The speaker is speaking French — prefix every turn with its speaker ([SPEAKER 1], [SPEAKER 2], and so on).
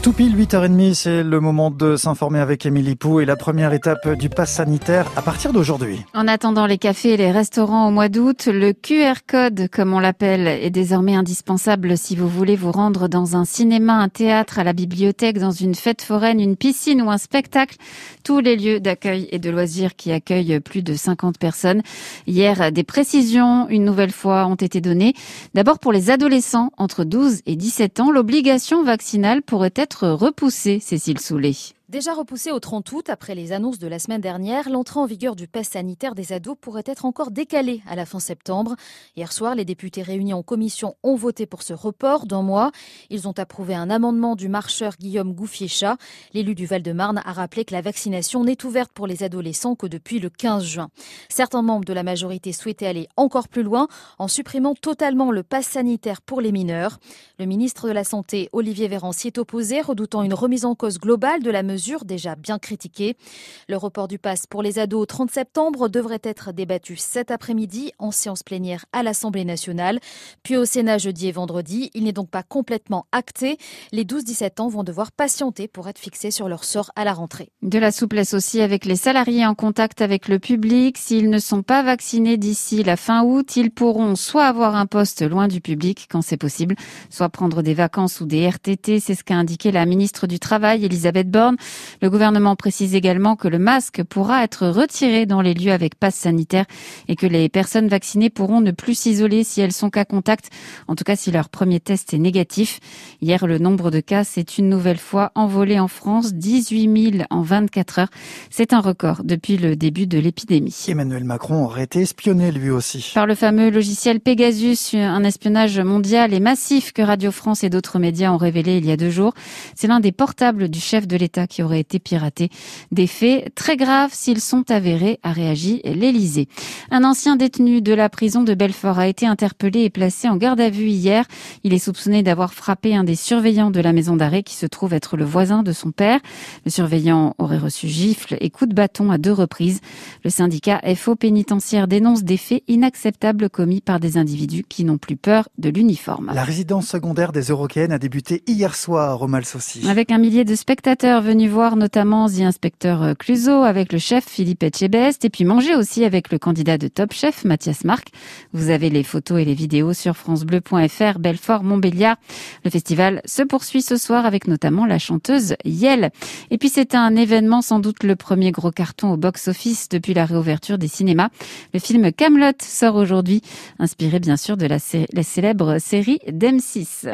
[SPEAKER 1] Tout pile 8h30, c'est le moment de s'informer avec Émilie Pou et la première étape du pass sanitaire à partir d'aujourd'hui.
[SPEAKER 2] En attendant les cafés et les restaurants au mois d'août, le QR code, comme on l'appelle, est désormais indispensable si vous voulez vous rendre dans un cinéma, un théâtre, à la bibliothèque, dans une fête foraine, une piscine ou un spectacle. Tous les lieux d'accueil et de loisirs qui accueillent plus de 50 personnes. Hier, des précisions, une nouvelle fois, ont été données. D'abord pour les adolescents entre 12 et 17 ans, l'obligation vaccinale pourrait être repoussée, Cécile Soulet.
[SPEAKER 3] Déjà repoussé au 30 août, après les annonces de la semaine dernière, l'entrée en vigueur du pass sanitaire des ados pourrait être encore décalée à la fin septembre. Hier soir, les députés réunis en commission ont voté pour ce report d'un mois. Ils ont approuvé un amendement du marcheur Guillaume Gouffier-Cha. L'élu du Val-de-Marne a rappelé que la vaccination n'est ouverte pour les adolescents que depuis le 15 juin. Certains membres de la majorité souhaitaient aller encore plus loin en supprimant totalement le pass sanitaire pour les mineurs. Le ministre de la Santé, Olivier Véran, s'y est opposé, redoutant une remise en cause globale de la mesure déjà bien critiquée. Le report du pass pour les ados au 30 septembre devrait être débattu cet après-midi en séance plénière à l'Assemblée nationale, puis au Sénat jeudi et vendredi. Il n'est donc pas complètement acté. Les 12-17 ans vont devoir patienter pour être fixés sur leur sort à la rentrée.
[SPEAKER 2] De la souplesse aussi avec les salariés en contact avec le public. S'ils ne sont pas vaccinés d'ici la fin août, ils pourront soit avoir un poste loin du public quand c'est possible, soit prendre des vacances ou des RTT. C'est ce qu'a indiqué la ministre du Travail, Elisabeth Borne. Le gouvernement précise également que le masque pourra être retiré dans les lieux avec passe sanitaire et que les personnes vaccinées pourront ne plus s'isoler si elles sont cas contact, en tout cas si leur premier test est négatif. Hier, le nombre de cas s'est une nouvelle fois envolé en France, 18 000 en 24 heures. C'est un record depuis le début de l'épidémie.
[SPEAKER 1] Emmanuel Macron aurait été espionné lui aussi.
[SPEAKER 2] Par le fameux logiciel Pegasus, un espionnage mondial et massif que Radio France et d'autres médias ont révélé il y a 2 jours. C'est l'un des portables du chef de l'État qui aurait été piraté. Des faits très graves s'ils sont avérés, a réagi l'Élysée. Un ancien détenu de la prison de Belfort a été interpellé et placé en garde à vue hier. Il est soupçonné d'avoir frappé un des surveillants de la maison d'arrêt qui se trouve être le voisin de son père. Le surveillant aurait reçu gifles et coups de bâton à 2 reprises. Le syndicat FO pénitentiaire dénonce des faits inacceptables commis par des individus qui n'ont plus peur de l'uniforme.
[SPEAKER 1] La résidence secondaire des Eurockéennes a débuté hier soir au Malsaucy.
[SPEAKER 2] Avec 1 millier de spectateurs venus voir notamment The Inspecteur Clouseau avec le chef Philippe Etchebest et puis manger aussi avec le candidat de Top Chef Mathias Marc. Vous avez les photos et les vidéos sur francebleu.fr, Belfort-Montbéliard. Le festival se poursuit ce soir avec notamment la chanteuse Yel. Et puis c'est un événement, sans doute le premier gros carton au box-office depuis la réouverture des cinémas. Le film Kaamelott sort aujourd'hui, inspiré bien sûr de la célèbre série d'M6.